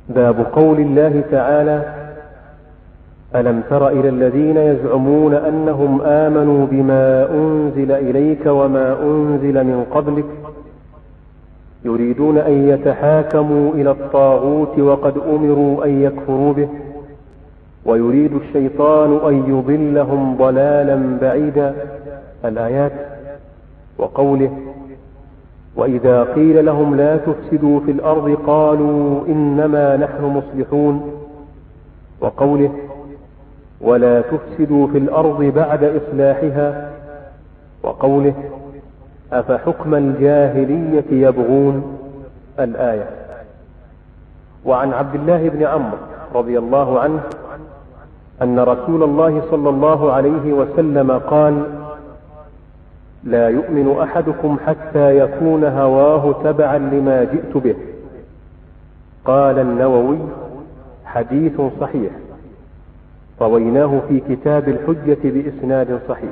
باب قول الله تعالى: ألم تر إلى الذين يزعمون أنهم آمنوا بما أنزل إليك وما أنزل من قبلك يريدون أن يتحاكموا إلى الطاغوت وقد أمروا أن يكفروا به ويريد الشيطان أن يضلهم ضلالا بعيدا. الآيات. وقوله: وإذا قيل لهم لا تفسدوا في الأرض قالوا إنما نحن مصلحون. وقوله: ولا تفسدوا في الأرض بعد إصلاحها. وقوله: أفحكم الجاهلية يبغون. الآية. وعن عبد الله بن عمرو رضي الله عنه أن رسول الله صلى الله عليه وسلم قال: لا يؤمن أحدكم حتى يكون هواه تبعا لما جئت به. قال النووي: حديث صحيح، رويناه في كتاب الحجة بإسناد صحيح.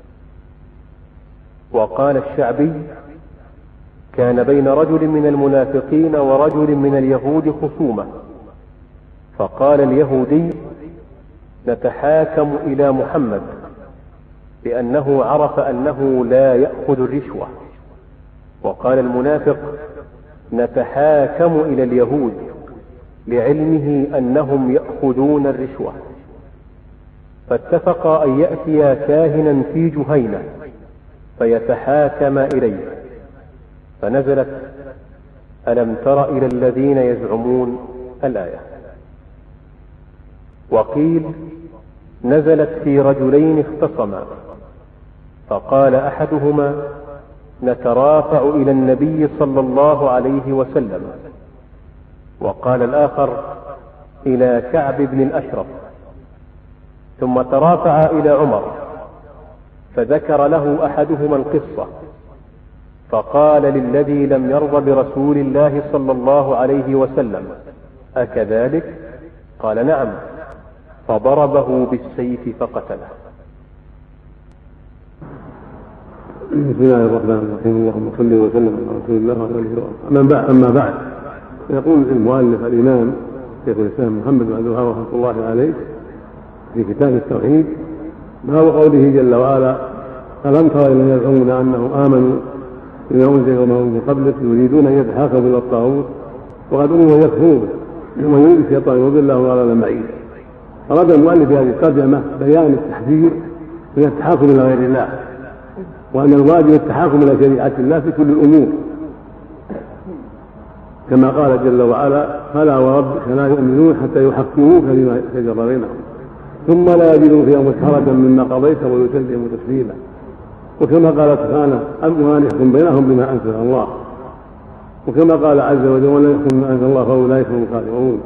وقال الشعبي: كان بين رجل من المنافقين ورجل من اليهود خصومة، فقال اليهودي: نتحاكم إلى محمد، لأنه عرف أنه لا يأخذ الرشوة. وقال المنافق: نتحاكم إلى اليهود، لعلمه أنهم يأخذون الرشوة. فاتفقا أن يأتيا كاهنا في جهينة فيتحاكم إليه، فنزلت: ألم تر إلى الذين يزعمون. الآية. وقيل: نزلت في رجلين اختصما، فقال أحدهما: نترافع إلى النبي صلى الله عليه وسلم، وقال الآخر: إلى كعب بن الأشرف. ثم ترافع إلى عمر، فذكر له أحدهما القصة، فقال للذي لم يرض برسول الله صلى الله عليه وسلم: أكذلك؟ قال: نعم. فضربه بالسيف فقتله. بسم الله الرحمن الرحيم. اللهم صل وسلم على رسول الله وعلى اله وصحبه. أما بعد، يقول المؤلف الإمام شيخ الإسلام محمد بن عبد الوهاب رحمه الله عليه في كتاب التوحيد: باب قوله جل وعلا: ألم تر إلى الذين يزعمون أنهم آمنوا بما أنزل وما أنزل من قبلك يريدون أن يتحاكموا إلى الطاغوت وقد أمروا أن يكفروا به ويريد الشيطان أن يضلهم ضلالا بعيدا. أراد المؤلف في هذه الترجمة بيان التحذير من التحاكم إلى غير الله، وأن الواجب التحاكم إلى شريعة الله في كل الأمور، كما قال جل وعلا: فلا وربك لا يؤمنون حتى يحكموك فيما شجر بينهم ثم لا يجدوا في أنفسهم حرجا مما قضيت ويسلموا تسليما. وكما قال سبحانه: أن يحكم بينهم بما أنزل الله. وكما قال عز وجل: ومن يحكم بما أنزل الله فأولئك هم الخاسرون،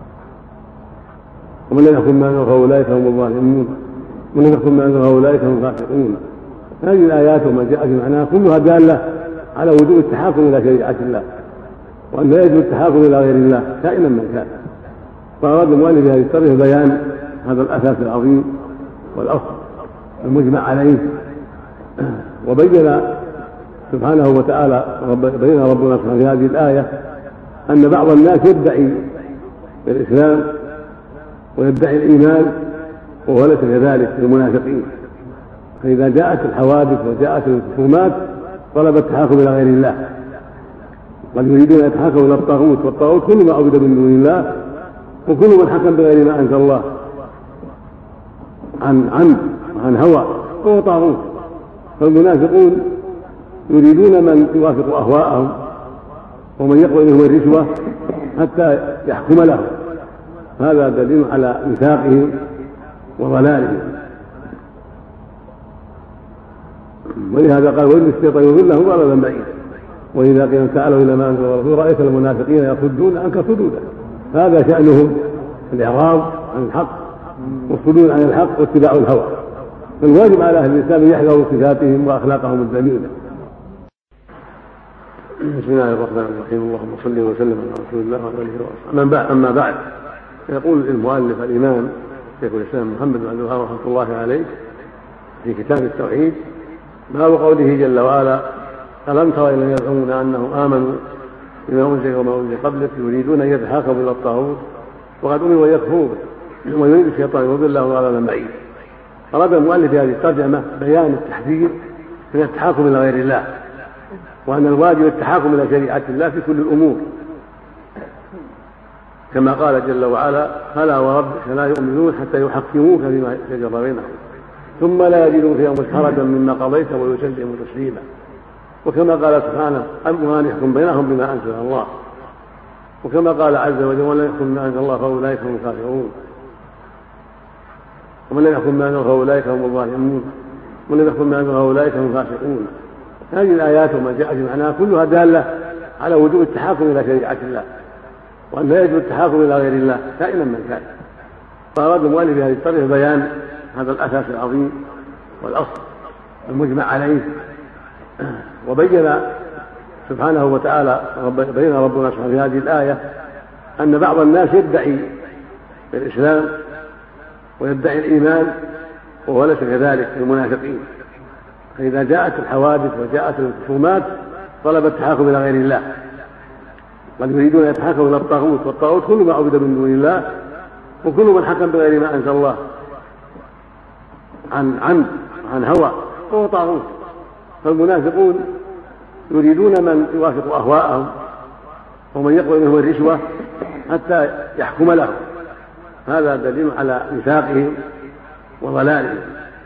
ومن يحكم بما أنزل الله فأولئك هم الظالمون، ومن يحكم بما أنزل الله فأولئك هم الفاسقون. هذه الآيات وما جاء في معناها كلها دالة على وجوب التحاكم إلى شريعة الله، وأن لا يجوز التحاكم إلى غير الله كائنا من كان. فأراد المؤلف في هذه الترجمة بيان هذا الأساس العظيم والأصل المجمع عليه. وبين سبحانه وتعالى بين ربنا سبحانه في هذه الآية أن بعض الناس يدعي الإسلام ويدعي الإيمان وهو ليس كذلك في المنافقين. فإذا جاءت الحوادث وجاءت الخصومات طلب التحاكم إلى غير الله، بل يريدون أن يتحاكموا إلى الطاغوت، والطاغوت كل ما عبد من دون الله وكل من حكم بغير ما أنزل الله عن هوى هو طاغوت. فالمنافقون يريدون من يوافق أهواءهم ومن يقبل منهم الرشوة حتى يحكم لهم. هذا دليل على نفاقهم وضلالهم. ولهذا قال: وإن الشيطان يضلهم ضلالا بعيدا. وإذا قيل تعالوا إلى ما أنزل الرسول رأيت المنافقين يصدون عنك صدودا. هذا شأنهم الإعراض عن الحق والصدود عن الحق واتباع الهوى. فالواجب على أهل الإسلام أن يحذروا صفاتهم وأخلاقهم الذميمة. بسم الله الرحمن الرحيم. اللهم صل وسلم على رسول الله وعلى اله وصحبه. أما بعد، يقول المؤلف الإمام شيخ الإسلام محمد بن عبد الوهاب رحمه الله عليه في كتاب التوحيد: باب قوله جل وعلا: ألم تر إلى الذين يزعمون أنهم آمنوا بما أنزل وما أنزل قبلك يريدون أن يتحاكموا إلى الطاغوت وقد أمروا أن يكفروا ويريد الشيطان يضلهم ضلالا بعيدا. أراد المؤلف في هذه الترجمة بيان التحذير من التحاكم إلى غير الله، وأن الواجب التحاكم إلى شريعة الله في كل الأمور، كما قال جل وعلا: فلا وربك لا يؤمنون حتى يحكموك فيما شجر بينهم ثم لا يجدوا في أنفسهم حرجا مما قضيت ويسلموا تسليما. وكما قال سبحانه: أمر أن يحكم بينهم بما أنزل الله. وكما قال عز وجل: ومن لم يحكم بما أنزل الله فأولئك هم الكافرون، ومن لم يحكم بما أنزل الله فأولئك هم الظالمون، ومن لم يحكم بما أنزل الله فأولئك هم الفاسقون. هذه الآيات وما جاء في معناها كلها دالة على وجوب التحاكم إلى شريعة الله، وأن لا يجوز التحاكم إلى غير الله كائنا من كان. فأراد المؤلف بهذه الطريقة بيان هذا الأساس العظيم والأصل المجمع عليه. وبين سبحانه وتعالى بين ربنا سبحانه في هذه الآية أن بعض الناس يدعي الإسلام ويدعي الإيمان وهو ليس كذلك في المنافقين، فإذا جاءت الحوادث وجاءت الخصومات طلب التحاكم إلى غير الله، بل يريدون أن يتحاكموا إلى الطاغوت، والطاغوت كل ما عبد من دون الله وكل من حكم بغير ما أنزل الله عن عمد وعن هوى هو طاغوت. فالمنافقون يريدون من يوافق أهواءهم ومن يقبل منهم الرشوة حتى يحكم لهم. هذا دليل على نفاقهم وضلالهم.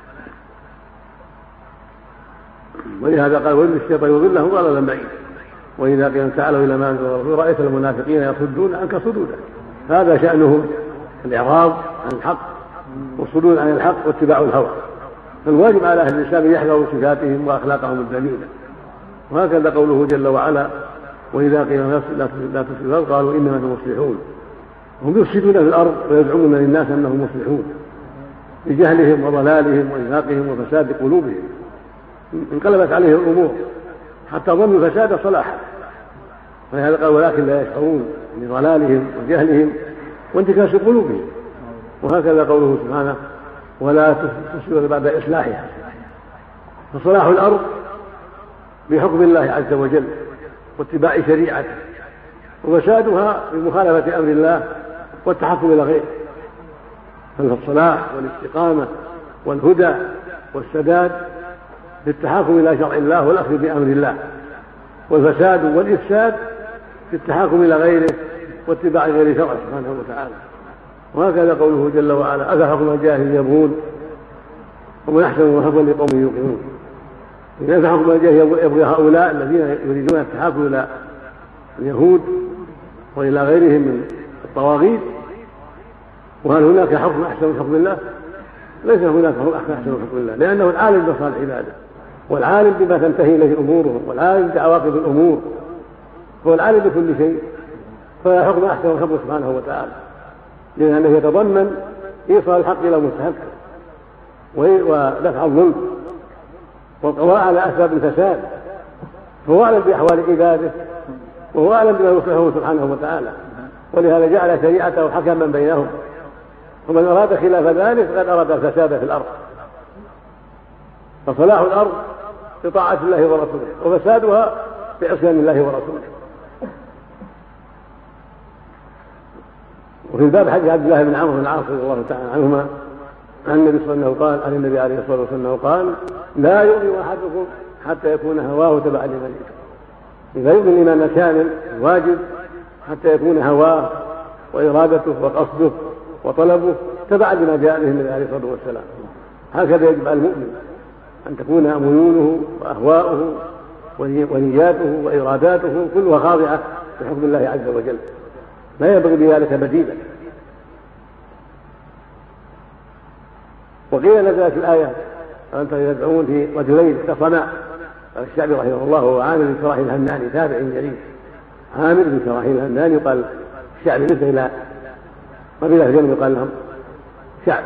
ولهذا قال: وإن الشيطان يضلهم ضلالا بعيدا. وإذا قيل تعالوا إلى ما أنزل الله رأيت المنافقين يصدون عنك صدودا. هذا شأنهم الإعراض عن الحق والصدود عن الحق واتباع الهوى. فالواجب على أهل الإسلام أن يحذروا صفاتهم وأخلاقهم الذميمة. وهكذا قوله جل وعلا: وإذا قيل لا تفسدوا في الأرض قالوا إنما نحن مصلحون. هم يفسدون في الأرض ويزعمون للناس أنهم مصلحون بجهلهم وضلالهم ونفاقهم وفساد قلوبهم. انقلبت عليهم الأمور حتى ظنوا فساد صلاحا، ولهذا قال: ولكن لا يشعرون بضلالهم وجهلهم وانتكاس قلوبهم. وهكذا قوله سبحانه: ولا تفسدوا بعد إصلاحها. فصلاح الأرض بحكم الله عز وجل واتباع شريعته، وفسادها بمخالفة أمر الله والتحكم إلى غيره. فالصلاح والاستقامة والهدى والسداد بالتحاكم إلى شرع الله والأخذ بأمر الله، والفساد والإفساد بالتحاكم إلى غيره واتباع غير شرعه سبحانه وتعالى. وهكذا قوله جل وعلا: أفحكم الجاهل يبغون ومن أحسن حكما لقوم يوقنون. إذا فحكم الجاهل يبغي هؤلاء الذين يريدون التحاكم إلى اليهود وإلى غيرهم من الطواغيت. وهل هناك حكم أحسن من حكم الله؟ ليس هناك حكم أحسن من حكم الله، لأنه العالم بصالح العبادة، والعالم بما تنتهي إليه أمورهم، والعالم بعواقب الأمور، هو العالم بكل شيء. فلا حكم أحسن من حكمه سبحانه وتعالى، لأنه يتضمن إيصال الحق إلى مستحقه ودفع الظلم والقضاء على أسباب الفساد. فهو أعلم بأحوال عباده وهو أعلم بما يصلحه سبحانه وتعالى، ولهذا جعل شريعته حكما بينهم. ومن أراد خلاف ذلك فقد أراد الفساد في الأرض. فصلاح الأرض بطاعة الله ورسوله، وفسادها بعصيان الله ورسوله. وفي الباب حديث عبد الله بن عمرو بن العاص رضي الله تعالى عنهما عن النبي صلى الله عليه وسلم قال: عن النبي عليه الصلاة والسلام قال: لا يؤمن أحدكم حتى يكون هواه تبعا لما جئت. إذا يؤمن الإيمان كامل واجب حتى يكون هواه وإرادته وقصده وطلبه تبعا لما جاء به النبي عليه الصلاة والسلام. هكذا يجب على المؤمن أن تكون ميوله وأهواؤه ونياته وإراداته كلها خاضعة لحكم الله عز وجل، لا ينبغي بذلك بديلا. وقيل نزلت الآية: أنت يدعون في رجلين اختصما. الشعبي رحمه الله هو عامر بن شراحيل الهمداني، تابع جليل، عامر بن شراحيل الهمداني. يقال الشعبي نسبة إلى قبيلة الجنة يقال لهم شعب.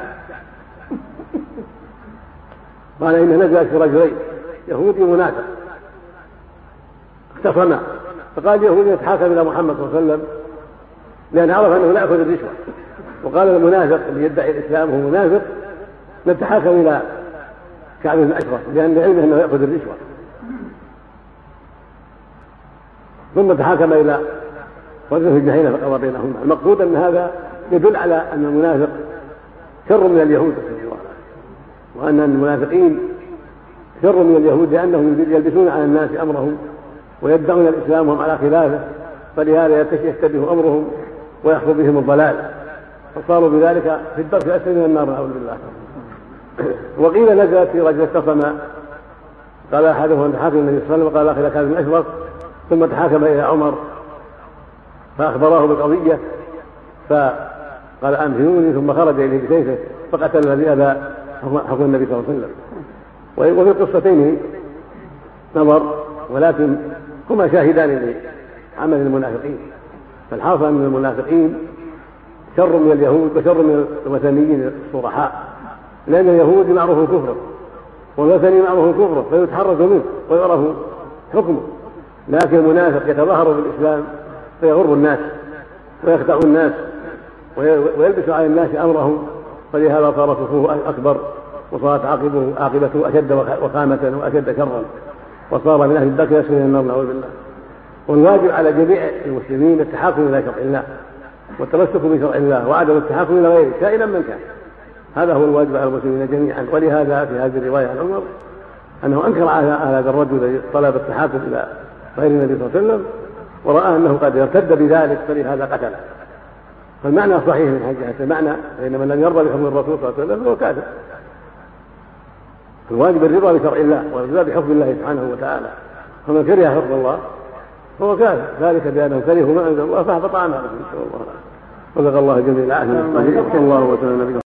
قال: إن نزلت في رجلين يهودي ومنافق اختصما، فقال اليهودي يتحاكم إلى محمد صلى الله عليه وسلم لأن عرف أنه لا يأخذ الرشوة، وقال المنافق اللي يدعي الإسلام هو منافق نتحاكم إلى كعب بن أشرف لأن علمه أنه يأخذ الرشوة. ثم تحاكم إلى رجل في الجحيم فقضى بينهما. المقصود أن هذا يدل على أن المنافق شر من اليهود، وأن المنافقين شر من اليهود لأنهم يلبسون على الناس أمرهم ويدعون الإسلام وهم على خلافه، فلهذا يشتبه أمرهم ويحصل بهم الضلال، فصاروا بذلك في الدرك الأسفل من النار نعوذ بالله. وقيل نزلت في رجل اختصم، قال أحدهم تحاكم النبي صلى الله عليه وسلم وقال الآخر كان الأشرف، ثم تحاكم إلى عمر فأخبراه بالقضية فقال أمهنوني، ثم خرج إليه بسيفه فقتل الذي أبى حكم النبي صلى الله عليه وسلم. وفي القصتين نظر، ولكن هما شاهدان لعمل المنافقين. فالحاصل أن المنافقين شر من اليهود وشر من الوثنيين الصرحاء، لأن اليهود معروف كفره والوثني معروف كفره فيتحرز منه ويعرف حكمه، لكن المنافق يتظاهر بالإسلام فيغر الناس ويخدع الناس ويلبس على الناس أمرهم، فلهذا صار كفره أكبر وصارت عاقبته أشد وخامة وأشد شرا، وصار من أهل الدرك الأسفل من النار نعوذ بالله. والواجب على جميع المسلمين التحاكم إلى شرع الله والتمسك بشرع الله وعدم التحاكم إلى غيره كائنا من كان. هذا هو الواجب على المسلمين جميعا. ولهذا في هذه الرواية عن عمر أنه أنكر على هذا الرجل الذي طلب التحاكم إلى غير النبي صلى الله عليه وسلم ورأى أنه قد ارتد بذلك فلهذا قتله. فالمعنى صحيح من حجة المعنى، فإن من لم يرضى بحكم الرسول صلى الله عليه وسلم فهو كافر. الواجب الرضا بشرع الله والرضا بحكم الله سبحانه وتعالى، فمن كره حكم الله فهو كافر، ذلك بأنهم كرهوا ما أنزل الله فأحبط أعمالهم. نسأل الله العافية. وفق الله جميع العافية. صلى الله وسلم.